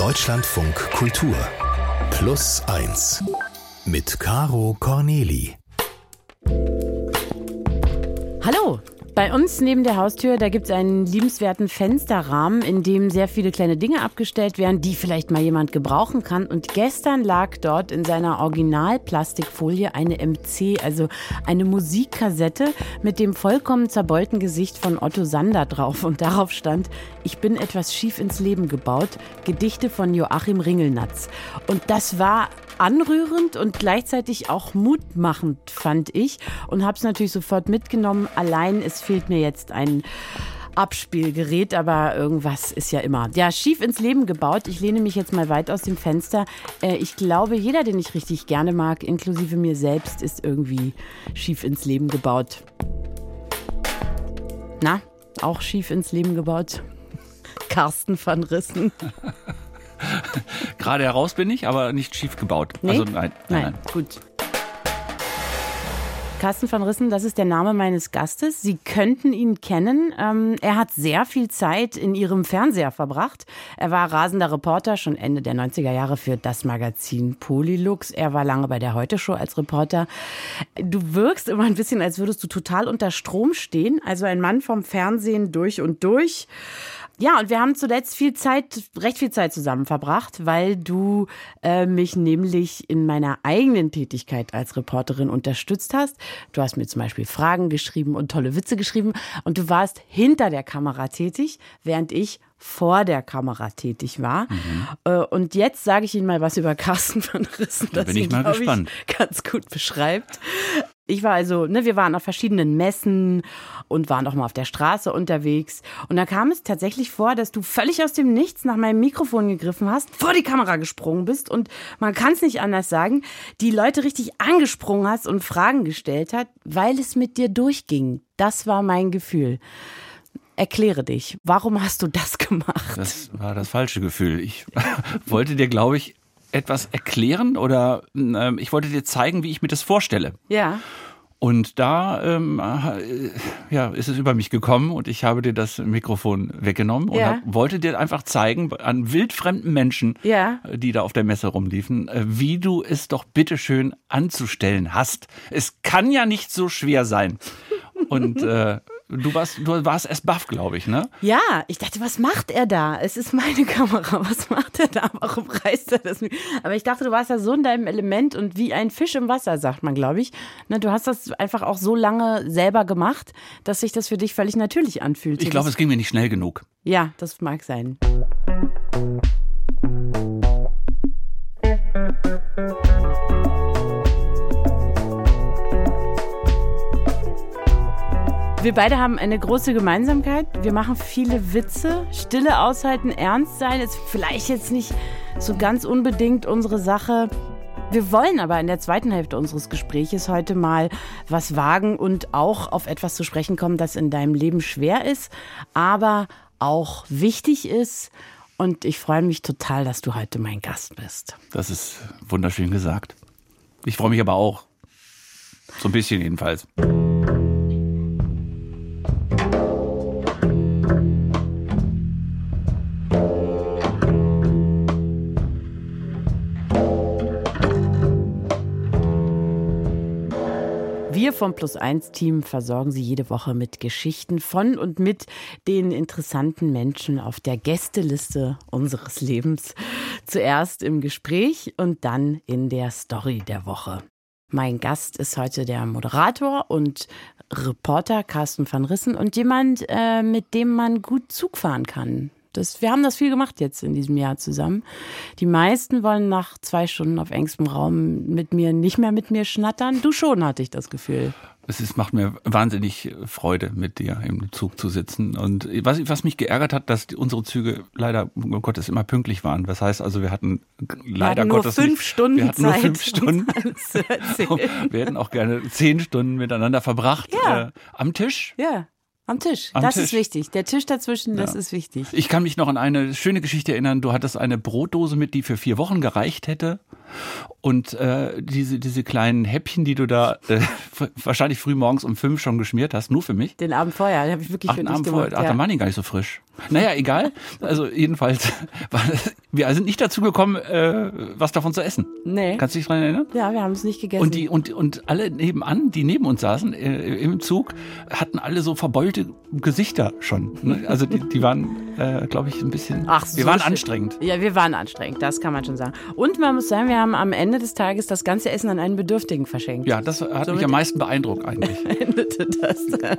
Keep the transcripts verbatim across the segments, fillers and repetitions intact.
Deutschlandfunk Kultur Plus eins mit Caro Corneli. Hallo! Bei uns neben der Haustür, da gibt es einen liebenswerten Fensterrahmen, in dem sehr viele kleine Dinge abgestellt werden, die vielleicht mal jemand gebrauchen kann. Und gestern lag dort in seiner Originalplastikfolie eine M C, also eine Musikkassette mit dem vollkommen zerbeulten Gesicht von Otto Sander drauf. Und darauf stand: Ich bin etwas schief ins Leben gebaut. Gedichte von Joachim Ringelnatz. Und das war anrührend und gleichzeitig auch mutmachend, fand ich. Und habe es natürlich sofort mitgenommen. Allein, es fehlt mir jetzt ein Abspielgerät, aber irgendwas ist ja immer. Ja, schief ins Leben gebaut. Ich lehne mich jetzt mal weit aus dem Fenster. Äh, ich glaube, jeder, den ich richtig gerne mag, inklusive mir selbst, ist irgendwie schief ins Leben gebaut. Na, auch schief ins Leben gebaut? Carsten van Rissen. Gerade heraus bin ich, aber nicht schief gebaut. Nee? Also nein, nein, nein. Gut. Carsten van Rissen, das ist der Name meines Gastes. Sie könnten ihn kennen. Ähm, er hat sehr viel Zeit in Ihrem Fernseher verbracht. Er war rasender Reporter schon Ende der neunziger Jahre für das Magazin Polylux. Er war lange bei der Heute-Show als Reporter. Du wirkst immer ein bisschen, als würdest du total unter Strom stehen. Also ein Mann vom Fernsehen durch und durch. Ja, und wir haben zuletzt viel Zeit, recht viel Zeit zusammen verbracht, weil du äh, mich nämlich in meiner eigenen Tätigkeit als Reporterin unterstützt hast. Du hast mir zum Beispiel Fragen geschrieben und tolle Witze geschrieben und du warst hinter der Kamera tätig, während ich vor der Kamera tätig war. Mhm. Und jetzt sage ich Ihnen mal was über Carsten van Rissen, das bin ich ihn, mal glaube gespannt. Ich, ganz gut beschreibt. Ich war also, ne, wir waren auf verschiedenen Messen und waren auch mal auf der Straße unterwegs. Und da kam es tatsächlich vor, dass du völlig aus dem Nichts nach meinem Mikrofon gegriffen hast, vor die Kamera gesprungen bist und man kann es nicht anders sagen, die Leute richtig angesprungen hast und Fragen gestellt hat, weil es mit dir durchging. Das war mein Gefühl. Erkläre dich. Warum hast du das gemacht? Das war das falsche Gefühl. Ich wollte dir, glaube ich, etwas erklären oder äh, ich wollte dir zeigen, wie ich mir das vorstelle. Ja. Und da ähm, äh, ja, ist es über mich gekommen und ich habe dir das Mikrofon weggenommen und ja. hab, wollte dir einfach zeigen an wildfremden Menschen, ja. die da auf der Messe rumliefen, äh, wie du es doch bitteschön anzustellen hast. Es kann ja nicht so schwer sein. Und äh, Du warst, du warst erst baff, glaube ich, ne? Ja, ich dachte, was macht er da? Es ist meine Kamera, was macht er da? Warum reißt er das nicht? Aber ich dachte, du warst ja so in deinem Element und wie ein Fisch im Wasser, sagt man, glaube ich. Ne, du hast das einfach auch so lange selber gemacht, dass sich das für dich völlig natürlich anfühlt. Ich glaube, es ging mir nicht schnell genug. Ja, das mag sein. Wir beide haben eine große Gemeinsamkeit. Wir machen viele Witze, Stille aushalten, ernst sein. Ist vielleicht jetzt nicht so ganz unbedingt unsere Sache. Wir wollen aber in der zweiten Hälfte unseres Gespräches heute mal was wagen und auch auf etwas zu sprechen kommen, das in deinem Leben schwer ist, aber auch wichtig ist. Und ich freue mich total, dass du heute mein Gast bist. Das ist wunderschön gesagt. Ich freue mich aber auch. So ein bisschen jedenfalls. Wir vom Plus eins Team versorgen Sie jede Woche mit Geschichten von und mit den interessanten Menschen auf der Gästeliste unseres Lebens. Zuerst im Gespräch und dann in der Story der Woche. Mein Gast ist heute der Moderator und Reporter Carsten van Rissen und jemand, äh, mit dem man gut Zug fahren kann. Das, wir haben das viel gemacht jetzt in diesem Jahr zusammen. Die meisten wollen nach zwei Stunden auf engstem Raum mit mir nicht mehr mit mir schnattern. Du schon, hatte ich das Gefühl. Es ist, macht mir wahnsinnig Freude, mit dir im Zug zu sitzen. Und was, was mich geärgert hat, dass die, unsere Züge leider, oh Gott, immer pünktlich waren. Das heißt also, wir hatten leider wir hatten Gottes nur fünf nicht, Stunden wir hatten nur Zeit, fünf Stunden. Alles zu erzählen. Wir hätten auch gerne zehn Stunden miteinander verbracht. Ja. Äh, am Tisch. Ja. Am Tisch, Am das Tisch. ist wichtig. Der Tisch dazwischen, das Ja. ist wichtig. Ich kann mich noch an eine schöne Geschichte erinnern. Du hattest eine Brotdose mit, die für vier Wochen gereicht hätte. Und äh, diese, diese kleinen Häppchen, die du da äh, wahrscheinlich früh morgens um fünf schon geschmiert hast, nur für mich. Den Abend vorher, den habe ich wirklich Ach, für den dich Abend gemacht. vorher, ach, ja. dann waren die gar nicht so frisch. Naja, egal. Also jedenfalls, war das, wir sind nicht dazu gekommen, äh, was davon zu essen. Nee. Kannst du dich dran erinnern? Ja, wir haben es nicht gegessen. Und die und und alle nebenan, die neben uns saßen äh, im Zug, hatten alle so verbeulte Gesichter schon. Ne? Also die, die waren, äh, glaube ich, ein bisschen. Ach, so wir waren schön. anstrengend. Ja, wir waren anstrengend, das kann man schon sagen. Und man muss sagen, wir haben am Ende des Tages das ganze Essen an einen Bedürftigen verschenkt. Ja, das hat Somit mich am meisten beeindruckt eigentlich. endete das dann.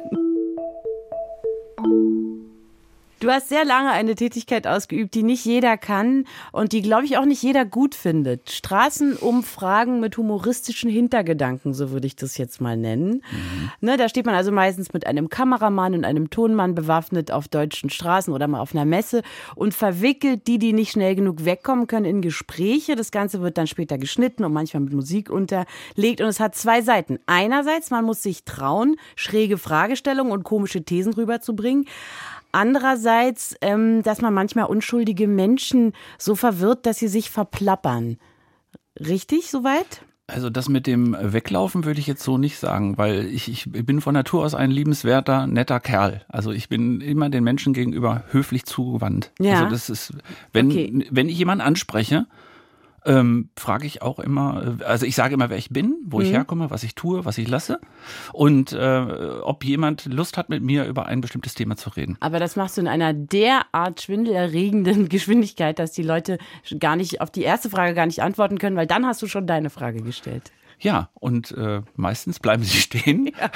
Du hast sehr lange eine Tätigkeit ausgeübt, die nicht jeder kann und die, glaube ich, auch nicht jeder gut findet. Straßenumfragen mit humoristischen Hintergedanken, so würde ich das jetzt mal nennen. Mhm. Ne, da steht man also meistens mit einem Kameramann und einem Tonmann bewaffnet auf deutschen Straßen oder mal auf einer Messe und verwickelt die, die nicht schnell genug wegkommen können, in Gespräche. Das Ganze wird dann später geschnitten und manchmal mit Musik unterlegt und es hat zwei Seiten. Einerseits, man muss sich trauen, schräge Fragestellungen und komische Thesen rüberzubringen. Andererseits, ähm, dass man manchmal unschuldige Menschen so verwirrt, dass sie sich verplappern. Richtig soweit? Also das mit dem Weglaufen würde ich jetzt so nicht sagen, weil ich, ich bin von Natur aus ein liebenswerter, netter Kerl. Also ich bin immer den Menschen gegenüber höflich zugewandt. Ja. Also das ist, wenn, Okay. wenn ich jemanden anspreche, ähm, frage ich auch immer, also ich sage immer, wer ich bin, wo Mhm. ich herkomme, was ich tue, was ich lasse und äh, ob jemand Lust hat, mit mir über ein bestimmtes Thema zu reden. Aber das machst du in einer derart schwindelerregenden Geschwindigkeit, dass die Leute gar nicht auf die erste Frage gar nicht antworten können, weil dann hast du schon deine Frage gestellt. Ja, und äh, meistens bleiben sie stehen ja.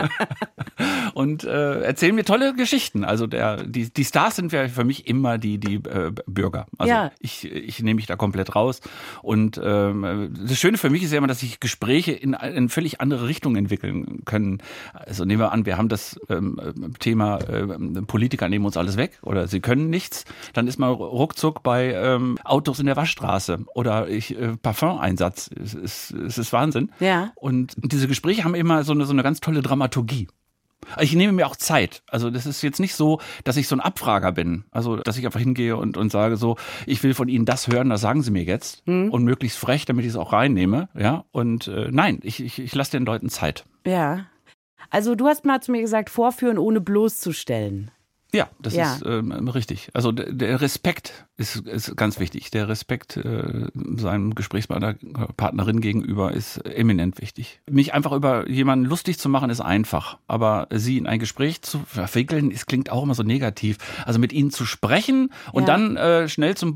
und äh, erzählen mir tolle Geschichten. Also der, die, die Stars sind ja für mich immer die, die äh, Bürger. Also ja. ich, ich nehme mich da komplett raus. Und ähm, das Schöne für mich ist ja immer, dass sich Gespräche in eine völlig andere Richtung entwickeln können. Also nehmen wir an, wir haben das ähm, Thema äh, Politiker nehmen uns alles weg oder sie können nichts. Dann ist man ruckzuck bei ähm, Autos in der Waschstraße oder ich, äh, Parfumeinsatz. Es ist, es ist Wahnsinn. Ja. Und diese Gespräche haben immer so eine, so eine ganz tolle Dramaturgie. Ich nehme mir auch Zeit. Also das ist jetzt nicht so, dass ich so ein Abfrager bin. Also dass ich einfach hingehe und, und sage so, ich will von Ihnen das hören, das sagen Sie mir jetzt. Mhm. Und möglichst frech, damit ich es auch reinnehme. Ja. Und äh, nein, ich, ich, ich lasse den Leuten Zeit. Ja. Also du hast mal zu mir gesagt, vorführen ohne bloßzustellen. Ja, das ja. ist ähm, richtig. Also der, der Respekt ist, ist ganz wichtig. Der Respekt äh, seinem Gesprächspartner, Partnerin gegenüber ist eminent wichtig. Mich einfach über jemanden lustig zu machen, ist einfach. Aber sie in ein Gespräch zu verwickeln, es klingt auch immer so negativ. Also mit ihnen zu sprechen und ja. dann äh, schnell zum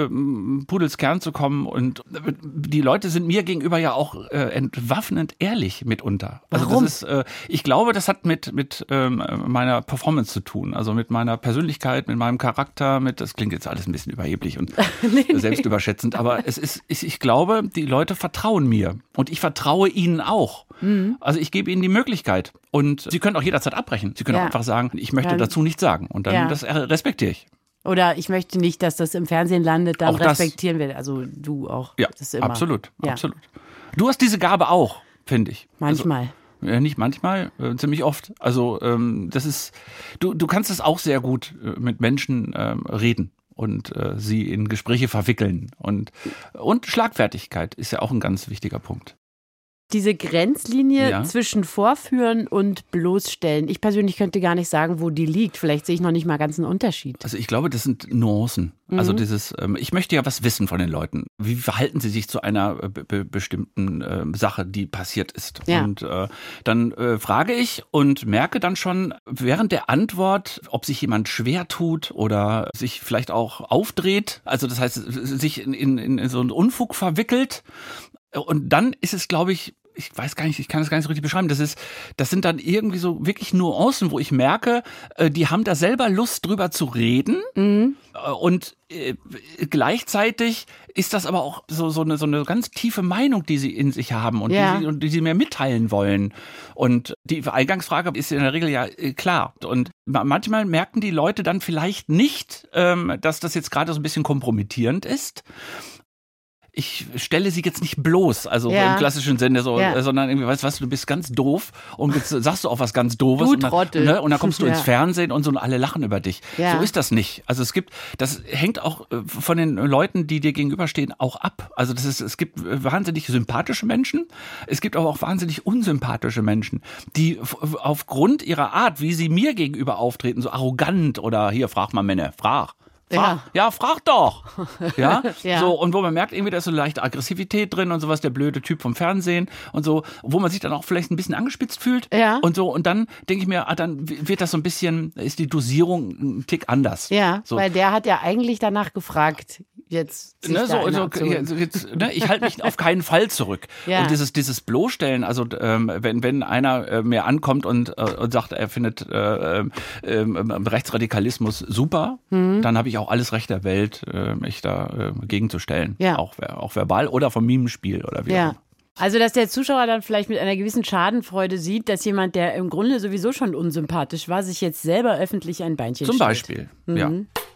äh, Pudelskern zu kommen. Und die Leute sind mir gegenüber ja auch äh, entwaffnend ehrlich mitunter. Also Warum? Das ist, äh, ich glaube, das hat mit, mit ähm, meiner Performance zu tun. Also mit mit meiner Persönlichkeit, mit meinem Charakter, mit, das klingt jetzt alles ein bisschen überheblich und nee, nee. selbstüberschätzend, aber es ist, ich, ich glaube, die Leute vertrauen mir und ich vertraue ihnen auch. Mhm. Also ich gebe ihnen die Möglichkeit und sie können auch jederzeit abbrechen. Sie können ja. auch einfach sagen, ich möchte Dann, dazu nichts sagen und dann, ja. das respektiere ich. Oder ich möchte nicht, dass das im Fernsehen landet, dann auch respektieren wir, also du auch. Ja, das ist immer. absolut, ja. absolut. Du hast diese Gabe auch, finde ich. Manchmal. Also, Ja, nicht manchmal, äh, ziemlich oft. Also ähm, das ist, du, du kannst es auch sehr gut äh, mit Menschen ähm, reden und äh, sie in Gespräche verwickeln. Und, und Schlagfertigkeit ist ja auch ein ganz wichtiger Punkt. Diese Grenzlinie ja. zwischen Vorführen und Bloßstellen, ich persönlich könnte gar nicht sagen, wo die liegt. Vielleicht sehe ich noch nicht mal ganz einen Unterschied. Also ich glaube, das sind Nuancen. Mhm. Also dieses, ähm, ich möchte ja was wissen von den Leuten. Wie verhalten sie sich zu einer be- bestimmten äh, Sache, die passiert ist? Ja. Und äh, dann äh, frage ich und merke dann schon während der Antwort, ob sich jemand schwer tut oder sich vielleicht auch aufdreht. Also das heißt, sich in, in, in so einen Unfug verwickelt. Und dann ist es, glaube ich, ich weiß gar nicht, ich kann das gar nicht so richtig beschreiben. Das ist, das sind dann irgendwie so wirklich Nuancen, wo ich merke, die haben da selber Lust drüber zu reden. Mhm. Und äh, gleichzeitig ist das aber auch so, so, eine, so eine ganz tiefe Meinung, die sie in sich haben und, ja. die, sie, und die sie mir mitteilen wollen. Und die Eingangsfrage ist in der Regel ja äh, klar. Und manchmal merken die Leute dann vielleicht nicht, ähm, dass das jetzt gerade so ein bisschen kompromittierend ist. ich stelle sie jetzt nicht bloß, also Ja. im klassischen Sinne, so, Ja. äh, sondern irgendwie, weißt du was, du bist ganz doof und jetzt sagst du auch was ganz Doofes. Du und dann, Trottel. ne, und dann kommst du Ja. ins Fernsehen und so und alle lachen über dich. Ja. So ist das nicht. Also es gibt, das hängt auch äh, von den Leuten, die dir gegenüberstehen, auch ab. Also das ist, es gibt äh, wahnsinnig sympathische Menschen, es gibt aber auch wahnsinnig unsympathische Menschen, die f- aufgrund ihrer Art, wie sie mir gegenüber auftreten, so arrogant oder hier, frag mal Männer, frag. Frag, ja. ja, frag doch. Ja? Ja. So, und wo man merkt, irgendwie, da ist so leichte Aggressivität drin und sowas, der blöde Typ vom Fernsehen und so, wo man sich dann auch vielleicht ein bisschen angespitzt fühlt. Ja. Und so, und dann denke ich mir, ah, dann wird das so ein bisschen, ist die Dosierung ein Tick anders. Ja, so. weil der hat ja eigentlich danach gefragt, jetzt sich Ne, da so, eine so, abzuholen. ja, so jetzt, ne, ich halte mich auf keinen Fall zurück. Ja. Und dieses, dieses Bloßstellen, also ähm, wenn, wenn einer äh, mir ankommt und, äh, und sagt, er findet äh, äh, äh, Rechtsradikalismus super, Mhm. dann habe ich auch alles Recht der Welt, äh, mich da äh, gegenzustellen. Ja. Auch, auch verbal oder vom Mimenspiel oder wie auch Ja. immer. Also, dass der Zuschauer dann vielleicht mit einer gewissen Schadenfreude sieht, dass jemand, der im Grunde sowieso schon unsympathisch war, sich jetzt selber öffentlich ein Beinchen Zum stellt. Beispiel, ja.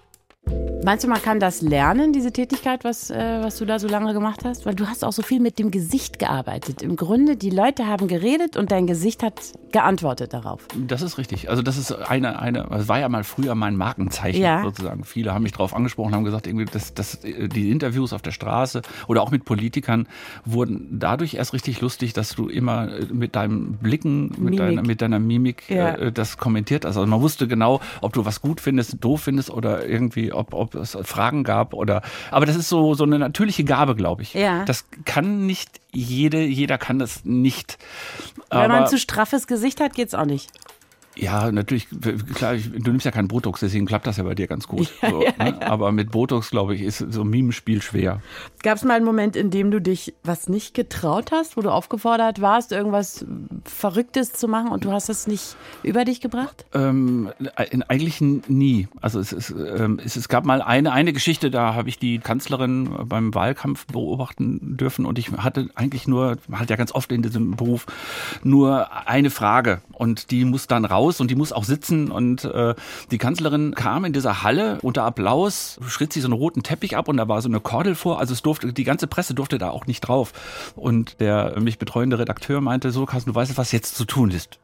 Meinst du, man kann das lernen, diese Tätigkeit, was, äh, was du da so lange gemacht hast? Weil du hast auch so viel mit dem Gesicht gearbeitet. Im Grunde, die Leute haben geredet und dein Gesicht hat geantwortet darauf. Das ist richtig. Also das ist eine, eine, das war ja mal früher mein Markenzeichen Ja. sozusagen. Viele haben mich drauf angesprochen, haben gesagt, irgendwie, dass, dass die Interviews auf der Straße oder auch mit Politikern wurden dadurch erst richtig lustig, dass du immer mit deinem Blicken, mit Mimik. deiner, mit deiner Mimik Ja. äh, das kommentiert hast. Also man wusste genau, ob du was gut findest, doof findest oder irgendwie, ob, ob es Fragen gab oder. Aber das ist so so eine natürliche Gabe, glaube ich. Ja. Das kann nicht jede, jeder kann das nicht. Wenn Aber man ein zu straffes Gesicht hat, geht's auch nicht. ja, natürlich, klar, ich, du nimmst ja keinen Botox, deswegen klappt das ja bei dir ganz gut. So, ne? Aber mit Botox, glaube ich, ist so ein Mimenspiel schwer. Gab es mal einen Moment, in dem du dich was nicht getraut hast, wo du aufgefordert warst, irgendwas Verrücktes zu machen und du hast es nicht über dich gebracht? Ähm, in, eigentlich nie. Also es, es, ähm, es, es gab mal eine, eine Geschichte, da habe ich die Kanzlerin beim Wahlkampf beobachten dürfen und ich hatte eigentlich nur, man hat ja ganz oft in diesem Beruf, nur eine Frage und die muss dann raus und die muss auch sitzen und äh, die Kanzlerin kam in dieser Halle unter Applaus, schritt sie so einen roten Teppich ab und da war so eine Kordel vor, also es durfte, die ganze Presse durfte da auch nicht drauf und der mich betreuende Redakteur meinte so, Carsten, du weißt, was jetzt zu tun ist.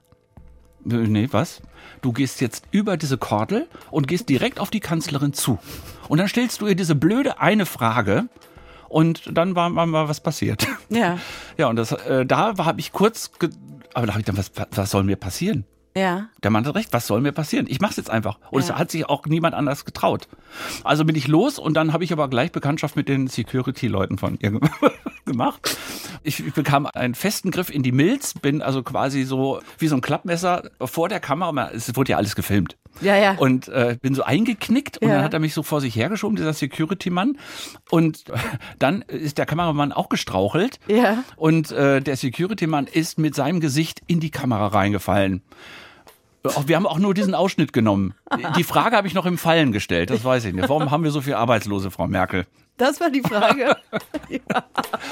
Nee, was? Du gehst jetzt über diese Kordel und gehst direkt auf die Kanzlerin zu. Und dann stellst du ihr diese blöde eine Frage und dann war, war mal was passiert. Ja. Ja, und das, äh, da habe ich kurz, ge- aber da habe ich dann, was, was soll mir passieren? Ja. Der Mann hat recht, was soll mir passieren? Ich mach's jetzt einfach. Und Ja. es hat sich auch niemand anders getraut. Also bin ich los und dann habe ich aber gleich Bekanntschaft mit den Security-Leuten von ihr gemacht. Ich, ich bekam einen festen Griff in die Milz, bin also quasi so wie so ein Klappmesser vor der Kamera. Es wurde ja alles gefilmt. Ja, ja. Und äh, bin so eingeknickt und Ja. dann hat er mich so vor sich hergeschoben, dieser Security-Mann. Und dann ist der Kameramann auch gestrauchelt. Ja. Und äh, der Security-Mann ist mit seinem Gesicht in die Kamera reingefallen. Wir haben auch nur diesen Ausschnitt genommen. Die Frage habe ich noch im Fallen gestellt, das weiß ich nicht. Warum haben wir so viele Arbeitslose, Frau Merkel? Das war die Frage. Ja.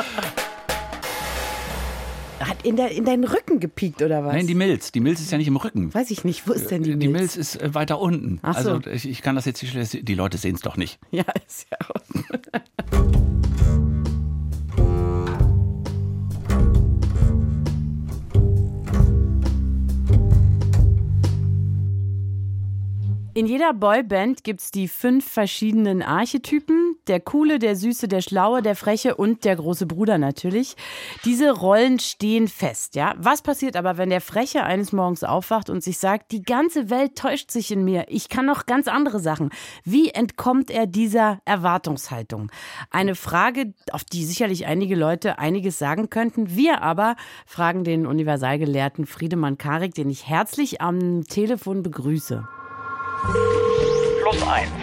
Hat in, der, in deinen Rücken gepiekt oder was? Nein, die Milz. Die Milz ist ja nicht im Rücken. Weiß ich nicht. Wo ist denn die Milz? Die Milz ist äh, weiter unten. Ach so. Also ich, ich kann das jetzt nicht, die Leute sehen es doch nicht. Ja, ist ja auch. In jeder Boyband gibt es die fünf verschiedenen Archetypen. Der Coole, der Süße, der Schlaue, der Freche und der große Bruder natürlich. Diese Rollen stehen fest, ja. Was passiert aber, wenn der Freche eines Morgens aufwacht und sich sagt, die ganze Welt täuscht sich in mir, ich kann noch ganz andere Sachen. Wie entkommt er dieser Erwartungshaltung? Eine Frage, auf die sicherlich einige Leute einiges sagen könnten. Wir aber fragen den Universalgelehrten Friedemann Karik, den ich herzlich am Telefon begrüße. Plus eins.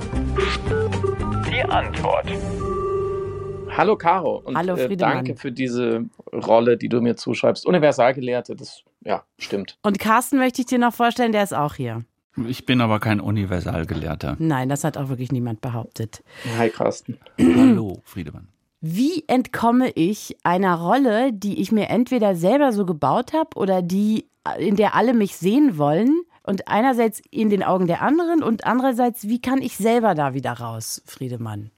Die Antwort. Hallo Caro und Hallo, äh, Friedemann. danke für diese Rolle, die du mir zuschreibst. Universalgelehrte, das ja stimmt. Und Carsten möchte ich dir noch vorstellen, der ist auch hier. Ich bin aber kein Universalgelehrter. Nein, das hat auch wirklich niemand behauptet. Hi Carsten. Hallo, Friedemann. Wie entkomme ich einer Rolle, die ich mir entweder selber so gebaut habe oder die, in der alle mich sehen wollen? Und einerseits in den Augen der anderen und andererseits, wie kann ich selber da wieder raus, Friedemann?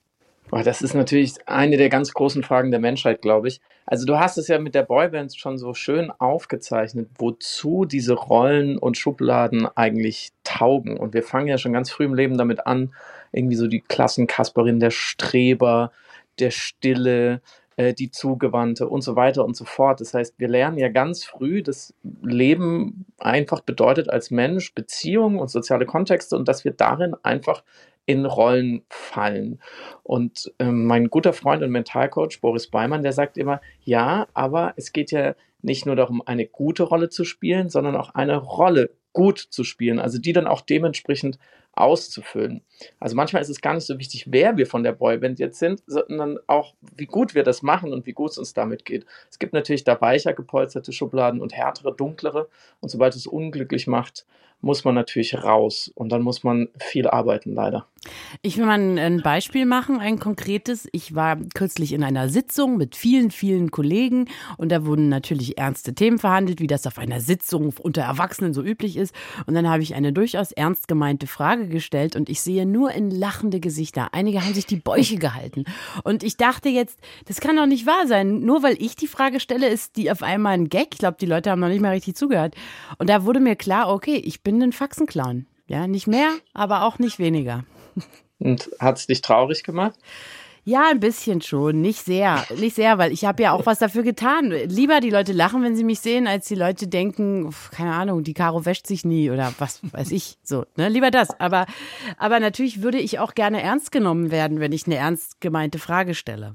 Boah, das ist natürlich eine der ganz großen Fragen der Menschheit, glaube ich. Also du hast es ja mit der Boyband schon so schön aufgezeichnet, wozu diese Rollen und Schubladen eigentlich taugen. Und wir fangen ja schon ganz früh im Leben damit an, irgendwie so die Klassenkasperin, der Streber, der Stille, äh, die Zugewandte und so weiter und so fort. Das heißt, wir lernen ja ganz früh, dass Leben einfach bedeutet als Mensch Beziehungen und soziale Kontexte und dass wir darin einfach in Rollen fallen. Und ähm, mein guter Freund und Mentalcoach Boris Beimann, der sagt immer, ja, aber es geht ja nicht nur darum, eine gute Rolle zu spielen, sondern auch eine Rolle gut zu spielen, also die dann auch dementsprechend auszufüllen. Also manchmal ist es gar nicht so wichtig, wer wir von der Boyband jetzt sind, sondern auch, wie gut wir das machen und wie gut es uns damit geht. Es gibt natürlich da weicher gepolsterte Schubladen und härtere, dunklere. Und sobald es unglücklich macht, muss man natürlich raus. Und dann muss man viel arbeiten, leider. Ich will mal ein Beispiel machen, ein konkretes. Ich war kürzlich in einer Sitzung mit vielen, vielen Kollegen und da wurden natürlich ernste Themen verhandelt, wie das auf einer Sitzung unter Erwachsenen so üblich ist. Und dann habe ich eine durchaus ernst gemeinte Frage gestellt und ich sehe nur in lachende Gesichter. Einige haben sich die Bäuche gehalten. Und ich dachte jetzt, das kann doch nicht wahr sein. Nur weil ich die Frage stelle, ist die auf einmal ein Gag. Ich glaube, die Leute haben noch nicht mal richtig zugehört. Und da wurde mir klar, okay, ich bin ein Faxenclown. Ja, nicht mehr, aber auch nicht weniger. Und hat es dich traurig gemacht? Ja, ein bisschen schon. Nicht sehr. Nicht sehr, weil ich habe ja auch was dafür getan. Lieber die Leute lachen, wenn sie mich sehen, als die Leute denken, keine Ahnung, die Caro wäscht sich nie oder was weiß ich. So, ne? Lieber das. Aber, aber natürlich würde ich auch gerne ernst genommen werden, wenn ich eine ernst gemeinte Frage stelle.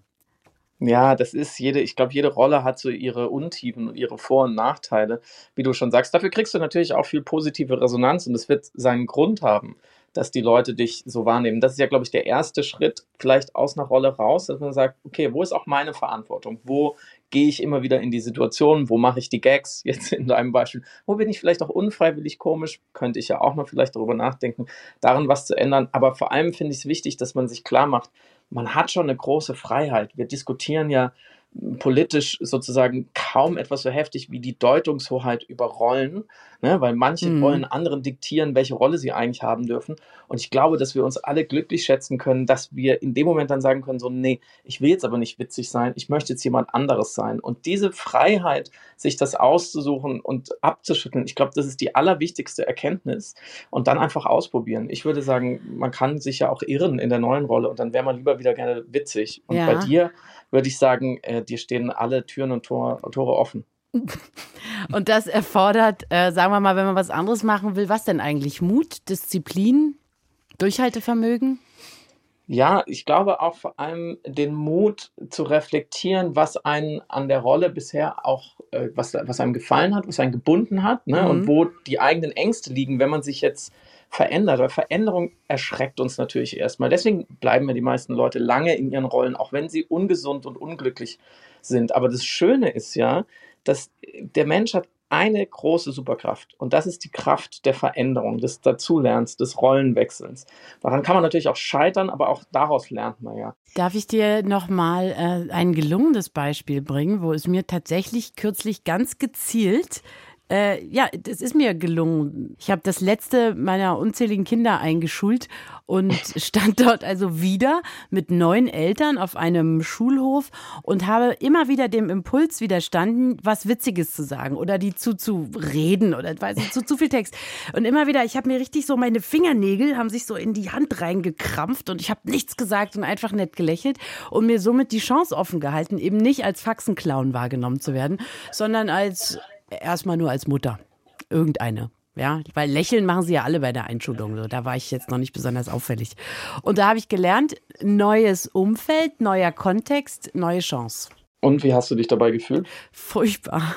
Ja, das ist jede, ich glaube, jede Rolle hat so ihre Untiefen und ihre Vor- und Nachteile, wie du schon sagst. Dafür kriegst du natürlich auch viel positive Resonanz und es wird seinen Grund haben, dass die Leute dich so wahrnehmen. Das ist ja, glaube ich, der erste Schritt vielleicht aus einer Rolle raus, dass man sagt, okay, wo ist auch meine Verantwortung? Wo gehe ich immer wieder in die Situation? Wo mache ich die Gags? Jetzt in deinem Beispiel. Wo bin ich vielleicht auch unfreiwillig komisch? Könnte ich ja auch mal vielleicht darüber nachdenken, daran was zu ändern. Aber vor allem finde ich es wichtig, dass man sich klar macht, man hat schon eine große Freiheit. Wir diskutieren ja politisch sozusagen kaum etwas so heftig wie die Deutungshoheit über Rollen, ne? Weil manche mhm. wollen anderen diktieren, welche Rolle sie eigentlich haben dürfen. Und ich glaube, dass wir uns alle glücklich schätzen können, dass wir in dem Moment dann sagen können, so, nee, ich will jetzt aber nicht witzig sein, ich möchte jetzt jemand anderes sein. Und diese Freiheit, sich das auszusuchen und abzuschütteln, ich glaube, das ist die allerwichtigste Erkenntnis. Und dann einfach ausprobieren. Ich würde sagen, man kann sich ja auch irren in der neuen Rolle und dann wäre man lieber wieder gerne witzig. Und ja. bei dir würde ich sagen, äh, dir stehen alle Türen und Tor, Tore offen. Und das erfordert, äh, sagen wir mal, wenn man was anderes machen will, was denn eigentlich? Mut, Disziplin, Durchhaltevermögen? Ja, ich glaube auch vor allem den Mut zu reflektieren, was einen an der Rolle bisher auch, äh, was, was einem gefallen hat, was einen gebunden hat, ne? Mhm. Und wo die eigenen Ängste liegen, wenn man sich jetzt verändert. Weil Veränderung erschreckt uns natürlich erstmal. Deswegen bleiben ja die meisten Leute lange in ihren Rollen, auch wenn sie ungesund und unglücklich sind. Aber das Schöne ist ja, dass der Mensch hat eine große Superkraft und das ist die Kraft der Veränderung, des Dazulernens, des Rollenwechselns. Daran kann man natürlich auch scheitern, aber auch daraus lernt man ja. Darf ich dir nochmal äh, ein gelungenes Beispiel bringen, wo es mir tatsächlich kürzlich ganz gezielt Äh, ja, das ist mir gelungen. Ich habe das letzte meiner unzähligen Kinder eingeschult und stand dort also wieder mit neun Eltern auf einem Schulhof und habe immer wieder dem Impuls widerstanden, was Witziges zu sagen oder die zuzureden oder weiß nicht, zu, zu viel Text. Und immer wieder, ich habe mir richtig so, meine Fingernägel haben sich so in die Hand reingekrampft und ich habe nichts gesagt und einfach nett gelächelt und mir somit die Chance offen gehalten, eben nicht als Faxenclown wahrgenommen zu werden, sondern als erstmal nur als Mutter. Irgendeine. Ja, weil lächeln machen sie ja alle bei der Einschulung. So. Da war ich jetzt noch nicht besonders auffällig. Und da habe ich gelernt, neues Umfeld, neuer Kontext, neue Chance. Und wie hast du dich dabei gefühlt? Furchtbar.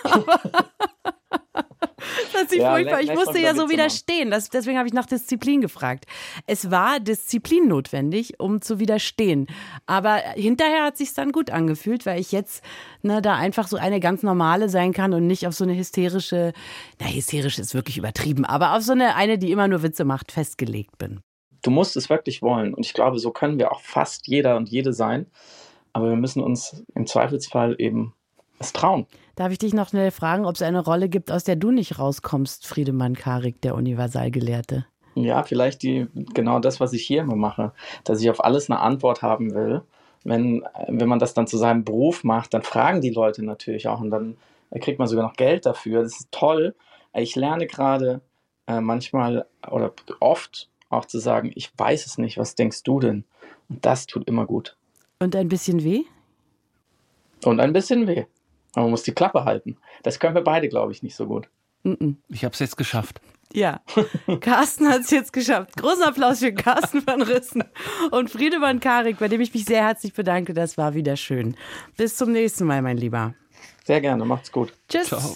Das ist ja, furchtbar. Ich musste ja so widerstehen. Das, deswegen habe ich nach Disziplin gefragt. Es war Disziplin notwendig, um zu widerstehen. Aber hinterher hat es sich dann gut angefühlt, weil ich jetzt ne, da einfach so eine ganz normale sein kann und nicht auf so eine hysterische, na hysterisch ist wirklich übertrieben, aber auf so eine, eine, die immer nur Witze macht, festgelegt bin. Du musst es wirklich wollen. Und ich glaube, so können wir auch fast jeder und jede sein. Aber wir müssen uns im Zweifelsfall eben es trauen. Darf ich dich noch schnell fragen, ob es eine Rolle gibt, aus der du nicht rauskommst, Friedemann Karik, der Universalgelehrte? Ja, vielleicht die, genau das, was ich hier immer mache, dass ich auf alles eine Antwort haben will. Wenn, wenn man das dann zu seinem Beruf macht, dann fragen die Leute natürlich auch und dann kriegt man sogar noch Geld dafür. Das ist toll. Ich lerne gerade äh, manchmal oder oft auch zu sagen, ich weiß es nicht, was denkst du denn? Und das tut immer gut. Und ein bisschen weh? Und ein bisschen weh. Aber man muss die Klappe halten. Das können wir beide, glaube ich, nicht so gut. Mm-mm. Ich habe es jetzt geschafft. Ja, Carsten hat es jetzt geschafft. Großen Applaus für Carsten van Rissen und Friedemann Karik, bei dem ich mich sehr herzlich bedanke. Das war wieder schön. Bis zum nächsten Mal, mein Lieber. Sehr gerne, macht's gut. Tschüss. Ciao.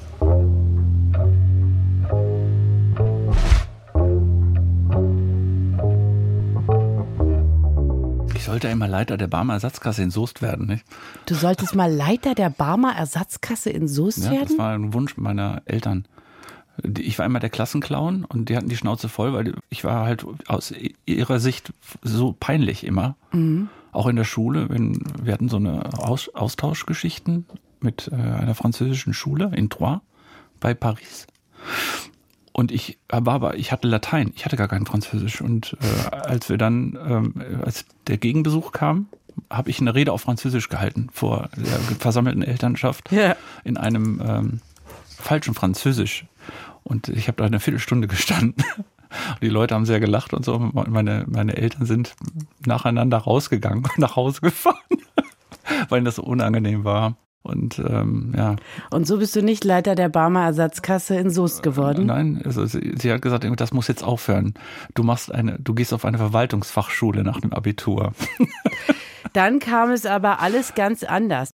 Ich sollte immer Leiter der Barmer Ersatzkasse in Soest werden, nicht? Du solltest mal Leiter der Barmer Ersatzkasse in Soest Ja, werden? das war ein Wunsch meiner Eltern. Ich war immer der Klassenclown und die hatten die Schnauze voll, weil ich war halt aus ihrer Sicht so peinlich immer. Mhm. Auch in der Schule, wenn, wir hatten so eine Aus, Austauschgeschichten mit äh, einer französischen Schule in Troyes bei Paris. Und ich war aber, ich hatte Latein, ich hatte gar kein Französisch. Und äh, als wir dann, ähm, als der Gegenbesuch kam, habe ich eine Rede auf Französisch gehalten vor der versammelten Elternschaft Ja. in einem ähm, falschen Französisch. Und ich habe da eine Viertelstunde gestanden. Und die Leute haben sehr gelacht und so. Meine, meine Eltern sind nacheinander rausgegangen und nach Hause gefahren, weil das so unangenehm war. Und ähm, ja. Und so bist du nicht Leiter der Barmer Ersatzkasse in Soest geworden? Nein, also sie, sie hat gesagt, das muss jetzt aufhören. Du machst eine, du gehst auf eine Verwaltungsfachschule nach dem Abitur. Dann kam es aber alles ganz anders.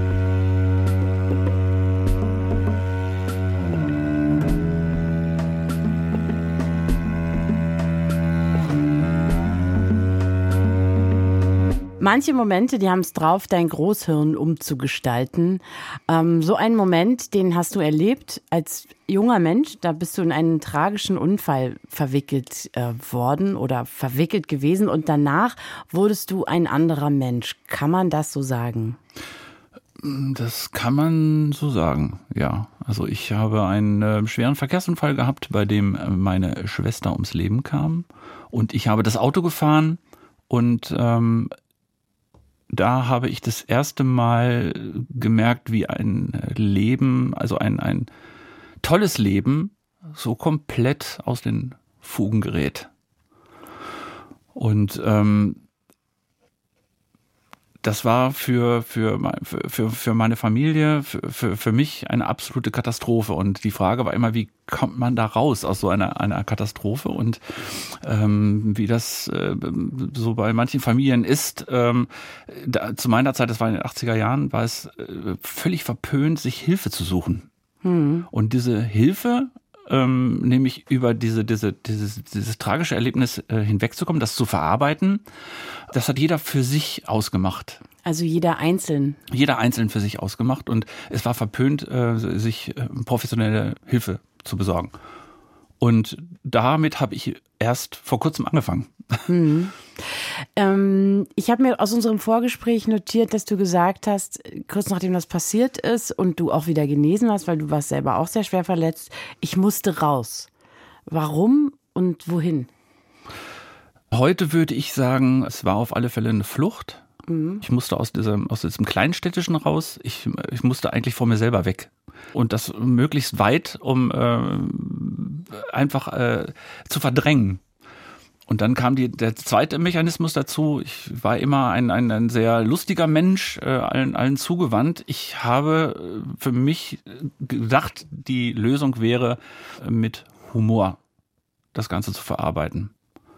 Manche Momente, die haben es drauf, dein Großhirn umzugestalten. Ähm, so einen Moment, den hast du erlebt als junger Mensch. Da bist du in einen tragischen Unfall verwickelt äh, worden oder verwickelt gewesen. Und danach wurdest du ein anderer Mensch. Kann man das so sagen? Das kann man so sagen, ja. Also ich habe einen äh, schweren Verkehrsunfall gehabt, bei dem äh, meine Schwester ums Leben kam. Und ich habe das Auto gefahren und ähm, da habe ich das erste Mal gemerkt, wie ein Leben, also ein, ein tolles Leben, so komplett aus den Fugen gerät. Und ähm, das war für, für, für, für meine Familie, für, für, für mich eine absolute Katastrophe. Und die Frage war immer, wie kommt man da raus aus so einer, einer Katastrophe? Und ähm, wie das äh, so bei manchen Familien ist, ähm, da, zu meiner Zeit, das war in den achtziger Jahren, war es äh, völlig verpönt, sich Hilfe zu suchen. Hm. Und diese Hilfe, ähm, nämlich über diese, diese, dieses, dieses tragische Erlebnis äh, hinwegzukommen, das zu verarbeiten, das hat jeder für sich ausgemacht. Also jeder einzeln? Jeder einzeln für sich ausgemacht und es war verpönt, äh, sich äh, professionelle Hilfe zu besorgen. Und damit habe ich erst vor kurzem angefangen. Hm. Ähm, ich habe mir aus unserem Vorgespräch notiert, dass du gesagt hast, kurz nachdem das passiert ist und du auch wieder genesen warst, weil du warst selber auch sehr schwer verletzt, ich musste raus. Warum und wohin? Heute würde ich sagen, es war auf alle Fälle eine Flucht. Mhm. Ich musste aus diesem, aus diesem Kleinstädtischen raus. Ich, ich musste eigentlich vor mir selber weg. Und das möglichst weit, um äh, einfach äh, zu verdrängen. Und dann kam die, der zweite Mechanismus dazu. Ich war immer ein, ein, ein sehr lustiger Mensch, äh, allen, allen zugewandt. Ich habe für mich gedacht, die Lösung wäre, mit Humor das Ganze zu verarbeiten.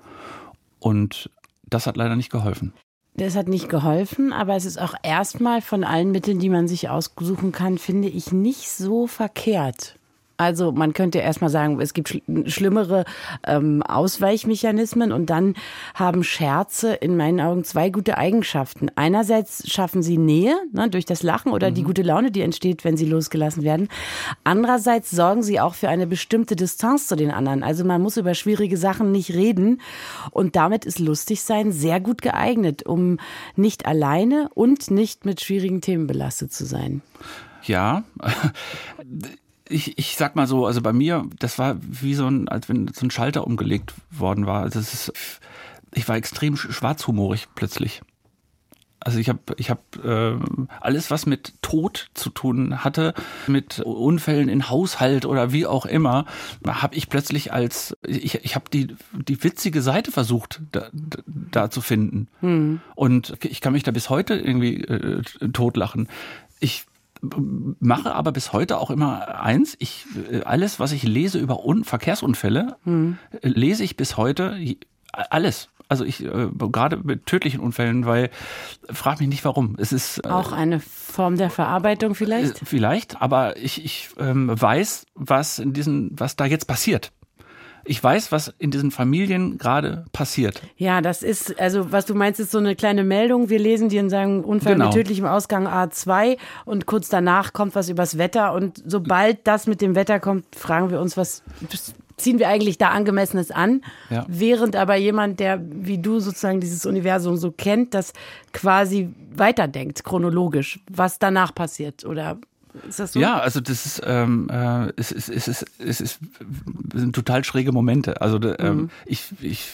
Und das hat leider nicht geholfen. Das hat nicht geholfen, aber es ist auch erstmal von allen Mitteln, die man sich aussuchen kann, finde ich nicht so verkehrt. Also man könnte erstmal sagen, es gibt schl- schlimmere ähm, Ausweichmechanismen und dann haben Scherze in meinen Augen zwei gute Eigenschaften. Einerseits schaffen sie Nähe, ne, durch das Lachen oder mhm. die gute Laune, die entsteht, wenn sie losgelassen werden. Andererseits sorgen sie auch für eine bestimmte Distanz zu den anderen. Also man muss über schwierige Sachen nicht reden und damit ist Lustigsein sehr gut geeignet, um nicht alleine und nicht mit schwierigen Themen belastet zu sein. Ja, Ich, ich sag mal so, also bei mir, das war wie so ein, als wenn so ein Schalter umgelegt worden war. Also es ist, ich war extrem schwarzhumorig plötzlich. Also ich habe ich hab, äh, alles, was mit Tod zu tun hatte, mit Unfällen in Haushalt oder wie auch immer, habe ich plötzlich als, ich, ich habe die, die witzige Seite versucht, da, da zu finden. Hm. Und ich kann mich da bis heute irgendwie äh, totlachen. Ich mache aber bis heute auch immer eins, ich, alles, was ich lese über Un- Verkehrsunfälle, hm. lese ich bis heute alles. Also ich, äh, gerade mit tödlichen Unfällen, weil, frag mich nicht warum. Es ist äh, auch eine Form der Verarbeitung vielleicht? Äh, vielleicht, aber ich, ich ähm, weiß, was in diesen, was da jetzt passiert. Ich weiß, was in diesen Familien gerade passiert. Ja, das ist, also was du meinst, ist so eine kleine Meldung. Wir lesen die und sagen, Unfall genau. mit tödlichem Ausgang A zwei und kurz danach kommt was übers Wetter und sobald das mit dem Wetter kommt, fragen wir uns, was ziehen wir eigentlich da Angemessenes an, ja. Während aber jemand, der wie du sozusagen dieses Universum so kennt, das quasi weiterdenkt, chronologisch, was danach passiert, oder ist das so? Ja, also das ist, ähm, äh, es, ist, es, ist, es, ist, es sind total schräge Momente. Also ähm, mhm. ich, ich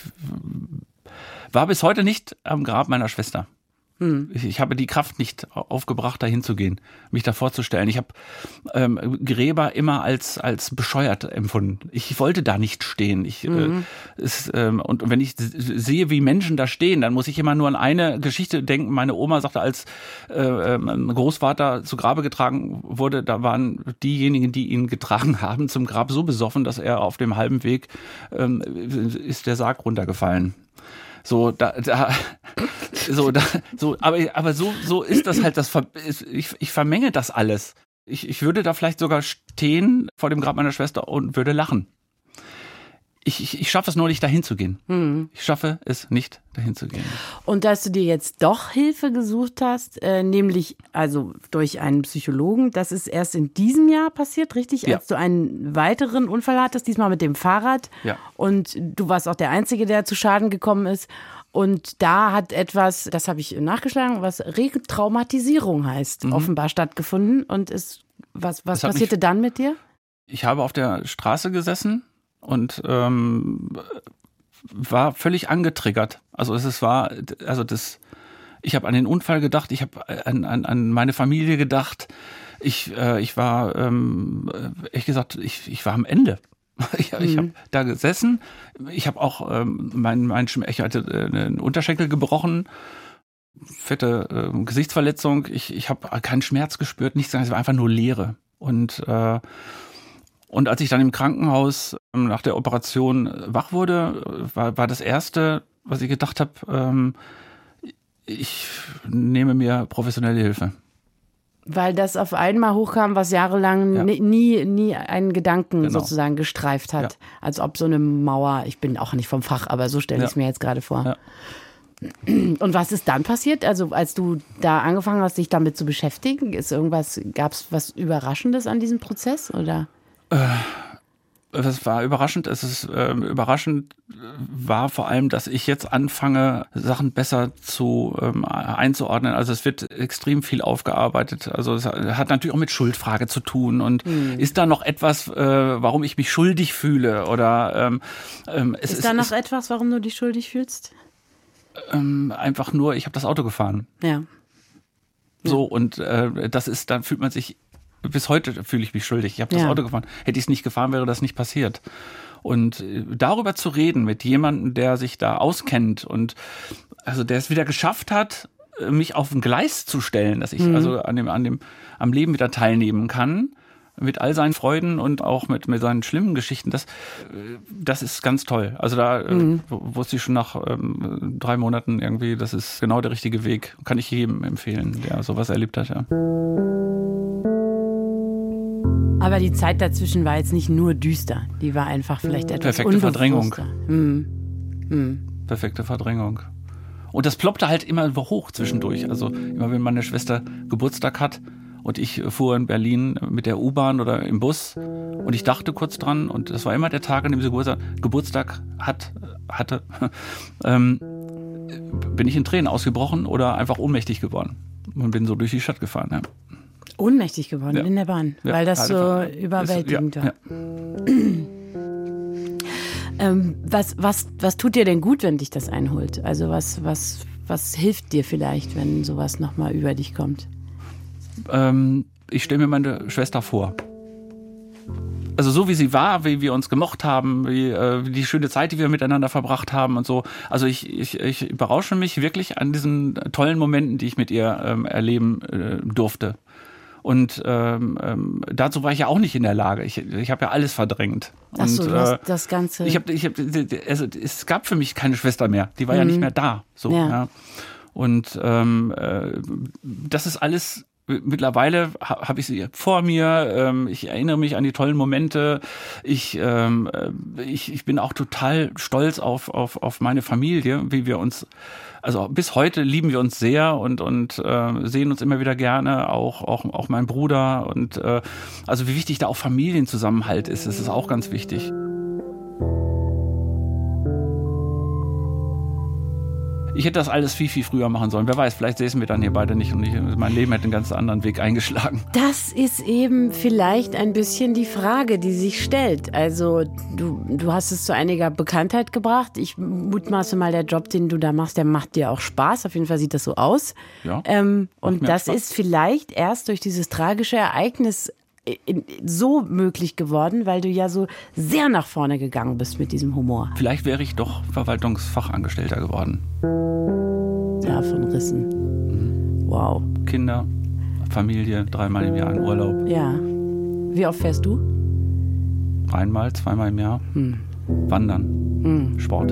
war bis heute nicht am Grab meiner Schwester. Hm. Ich, ich habe die Kraft nicht aufgebracht, da hinzugehen, mich da vorzustellen. Ich habe ähm, Gräber immer als als bescheuert empfunden. Ich wollte da nicht stehen. Ich, mhm. äh, es, ähm, und wenn ich sehe, wie Menschen da stehen, dann muss ich immer nur an eine Geschichte denken. Meine Oma sagte, als äh, ein Großvater zu Grabe getragen wurde, da waren diejenigen, die ihn getragen haben, zum Grab so besoffen, dass er auf dem halben Weg ähm, ist der Sarg runtergefallen. So, da, da, so, da, so, aber, aber so, so ist das halt, das, ich, ich vermenge das alles. Ich, ich würde da vielleicht sogar stehen vor dem Grab meiner Schwester und würde lachen. Ich, ich, ich schaffe es nur nicht, dahin zu gehen. Hm. Ich schaffe es nicht, dahin zu gehen. Und dass du dir jetzt doch Hilfe gesucht hast, äh, nämlich also durch einen Psychologen, das ist erst in diesem Jahr passiert, richtig? Ja. Als du einen weiteren Unfall hattest, diesmal mit dem Fahrrad. Ja. Und du warst auch der Einzige, der zu Schaden gekommen ist. Und da hat etwas, das habe ich nachgeschlagen, was Retraumatisierung heißt, mhm. offenbar stattgefunden. Und ist, was, was passierte mich, dann mit dir? Ich habe auf der Straße gesessen und ähm, war völlig angetriggert. Also es war, also das, ich habe an den Unfall gedacht, ich habe an, an, an meine Familie gedacht. Ich, äh, ich war, ähm, ehrlich gesagt, ich, ich war am Ende. Ich, mhm. ich habe da gesessen. Ich habe auch ähm, mein, mein, ich hatte einen Unterschenkel gebrochen, fette äh, Gesichtsverletzung. Ich, ich habe keinen Schmerz gespürt, nichts. Es war einfach nur Leere. Und äh, Und als ich dann im Krankenhaus nach der Operation wach wurde, war, war das Erste, was ich gedacht habe, ähm, ich nehme mir professionelle Hilfe. Weil das auf einmal hochkam, was jahrelang ja. nie, nie einen Gedanken genau. sozusagen gestreift hat. Ja. Als ob so eine Mauer, ich bin auch nicht vom Fach, aber so stelle ich es ja. mir jetzt gerade vor. Ja. Und was ist dann passiert? Also als du da angefangen hast, dich damit zu beschäftigen, ist irgendwas, gab es was Überraschendes an diesem Prozess, oder? Das war überraschend. Es ist äh, überraschend war vor allem, dass ich jetzt anfange, Sachen besser zu ähm, einzuordnen. Also es wird extrem viel aufgearbeitet. Also es hat natürlich auch mit Schuldfrage zu tun. Und hm. ist da noch etwas, äh, warum ich mich schuldig fühle? Oder ähm, ähm, es ist da noch ist, etwas, warum du dich schuldig fühlst? Ähm, einfach nur, ich habe das Auto gefahren. Ja. So, und äh, das ist, dann fühlt man sich. Bis heute fühle ich mich schuldig. Ich habe das ja. Auto gefahren. Hätte ich es nicht gefahren, wäre das nicht passiert. Und darüber zu reden mit jemandem, der sich da auskennt und also der es wieder geschafft hat, mich auf ein Gleis zu stellen, dass ich mhm. also an dem, an dem, am Leben wieder teilnehmen kann, mit all seinen Freuden und auch mit, mit seinen schlimmen Geschichten, das, das ist ganz toll. Also da mhm. wusste ich schon nach ähm, drei Monaten irgendwie, das ist genau der richtige Weg. Kann ich jedem empfehlen, der sowas erlebt hat, ja. Aber die Zeit dazwischen war jetzt nicht nur düster. Die war einfach vielleicht etwas Perfekte Verdrängung. Hm. Hm. Perfekte Verdrängung. Und das ploppte halt immer hoch zwischendurch. Also immer wenn meine Schwester Geburtstag hat und ich fuhr in Berlin mit der U-Bahn oder im Bus und ich dachte kurz dran und das war immer der Tag, an dem sie Geburtstag hat, hatte, ähm, bin ich in Tränen ausgebrochen oder einfach ohnmächtig geworden und bin so durch die Stadt gefahren. Ja. Ohnmächtig geworden Ja. in der Bahn, Ja, weil das so einfach- überwältigend ist, war. ja, ja. Ähm, was, was, was tut dir denn gut, wenn dich das einholt? Also was, was, was hilft dir vielleicht, wenn sowas nochmal über dich kommt? Ähm, ich stelle mir meine Schwester vor. Also so wie sie war, wie wir uns gemocht haben, wie äh, die schöne Zeit, die wir miteinander verbracht haben und so. Also ich, ich, ich überrausche mich wirklich an diesen tollen Momenten, die ich mit ihr ähm, erleben äh, durfte. Und ähm, ähm, dazu war ich ja auch nicht in der Lage. Ich, ich habe ja alles verdrängt. Ach so, und, du hast äh, das Ganze... Ich hab, ich hab, also es gab für mich keine Schwester mehr. Die war mhm. ja nicht mehr da. So, ja. Ja. Und ähm, äh, das ist alles... Mittlerweile ha, habe ich sie vor mir. Ähm, ich erinnere mich an die tollen Momente. Ich, ähm, ich, ich bin auch total stolz auf, auf, auf meine Familie, wie wir uns, also bis heute lieben wir uns sehr und, und äh, sehen uns immer wieder gerne. Auch, auch, auch mein Bruder. Und äh, also wie wichtig da auch Familienzusammenhalt ist, das ist auch ganz wichtig. Ich hätte das alles viel, viel früher machen sollen. Wer weiß, vielleicht säßen wir dann hier beide nicht und ich, mein Leben hätte einen ganz anderen Weg eingeschlagen. Das ist eben vielleicht ein bisschen die Frage, die sich stellt. Also du, du hast es zu einiger Bekanntheit gebracht. Ich mutmaße mal, der Job, den du da machst, der macht dir auch Spaß. Auf jeden Fall sieht das so aus. Ja, ähm, und das Spaß. ist vielleicht erst durch dieses tragische Ereignis so möglich geworden, weil du ja so sehr nach vorne gegangen bist mit diesem Humor. Vielleicht wäre ich doch Verwaltungsfachangestellter geworden. Ja, von Rissen. Mhm. Wow. Kinder, Familie, dreimal im Jahr in Urlaub. Ja. Wie oft fährst du? Einmal, zweimal im Jahr. Hm. Wandern. Hm. Sport.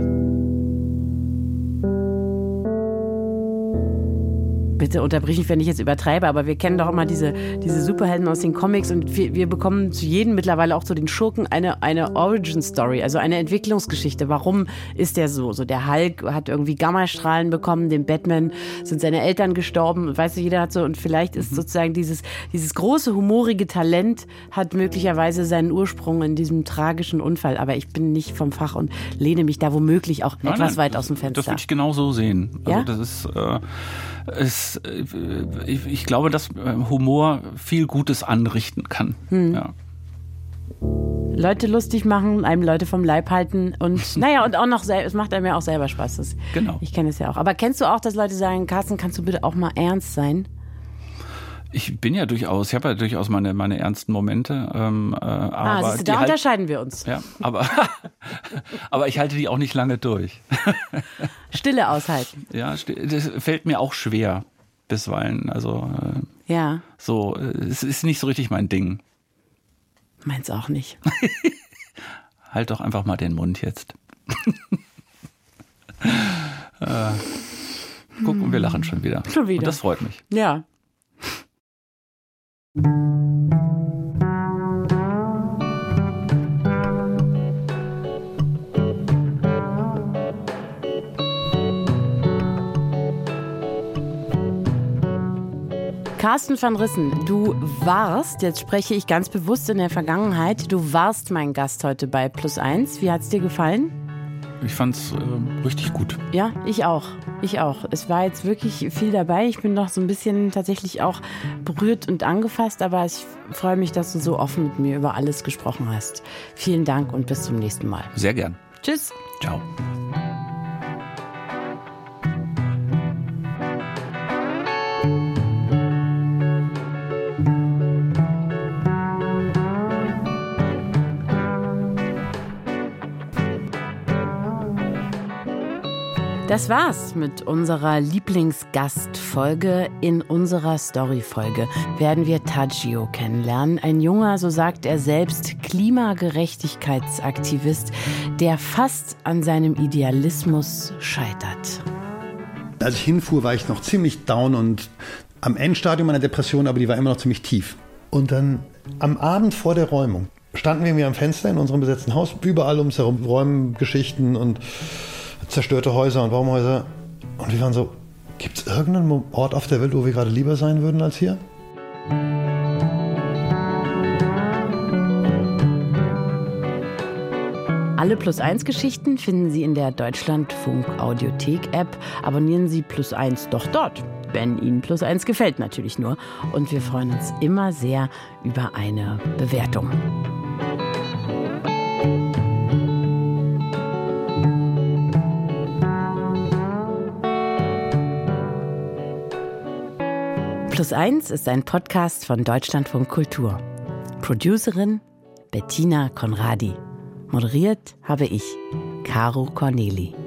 Bitte unterbrich mich, wenn ich jetzt übertreibe, aber wir kennen doch immer diese, diese Superhelden aus den Comics und wir, wir bekommen zu jedem mittlerweile auch zu den Schurken eine, eine Origin-Story, also eine Entwicklungsgeschichte. Warum ist der so? So der Hulk hat irgendwie Gammastrahlen bekommen, dem Batman sind seine Eltern gestorben, weißt du, jeder hat so, und vielleicht ist sozusagen dieses, dieses große, humorige Talent hat möglicherweise seinen Ursprung in diesem tragischen Unfall, aber ich bin nicht vom Fach und lehne mich da womöglich auch nein, etwas nein, weit das, aus dem Fenster. Das würde ich genau so sehen. Also ja? das ist, äh, es, ich, ich glaube, dass Humor viel Gutes anrichten kann. Hm. Ja. Leute lustig machen, einem Leute vom Leib halten und naja, und auch noch, es macht einem ja auch selber Spaß. Das, genau. Ich kenne es ja auch. Aber kennst du auch, dass Leute sagen, Carsten, kannst du bitte auch mal ernst sein? Ich bin ja durchaus, ich habe ja durchaus meine, meine ernsten Momente. Ähm, äh, aber ah, siehst du, da halt, unterscheiden wir uns. Ja, aber, aber ich halte die auch nicht lange durch. Stille aushalten. Ja, das fällt mir auch schwer bisweilen. Also äh, ja. So, es ist nicht so richtig mein Ding. Meins auch nicht. Halt doch einfach mal den Mund jetzt. äh, guck, und wir lachen schon wieder. Schon wieder. Und das freut mich. Ja. Carsten van Rissen, du warst, jetzt spreche ich ganz bewusst in der Vergangenheit, du warst mein Gast heute bei Plus eins. Wie hat es dir gefallen? Ich fand's äh, richtig gut. Ja, ich auch. Ich auch. Es war jetzt wirklich viel dabei. Ich bin noch so ein bisschen tatsächlich auch berührt und angefasst, aber ich freue mich, dass du so offen mit mir über alles gesprochen hast. Vielen Dank und bis zum nächsten Mal. Sehr gern. Tschüss. Ciao. Das war's mit unserer Lieblingsgastfolge. In unserer Storyfolge werden wir Tadzio kennenlernen. Ein junger, so sagt er selbst, Klimagerechtigkeitsaktivist, der fast an seinem Idealismus scheitert. Als ich hinfuhr, war ich noch ziemlich down und am Endstadium meiner Depression, aber die war immer noch ziemlich tief. Und dann am Abend vor der Räumung standen wir irgendwie am Fenster in unserem besetzten Haus, überall ums herum Räumgeschichten und zerstörte Häuser und Baumhäuser. Und wir waren so, gibt es irgendeinen Ort auf der Welt, wo wir gerade lieber sein würden als hier? Alle Plus eins Geschichten finden Sie in der Deutschlandfunk Audiothek App. Abonnieren Sie Plus eins doch dort. wenn Ihnen Plus eins gefällt natürlich nur. Und wir freuen uns immer sehr über eine Bewertung. Plus eins ist ein Podcast von Deutschlandfunk Kultur. Producerin Bettina Conradi. Moderiert habe ich, Caro Corneli.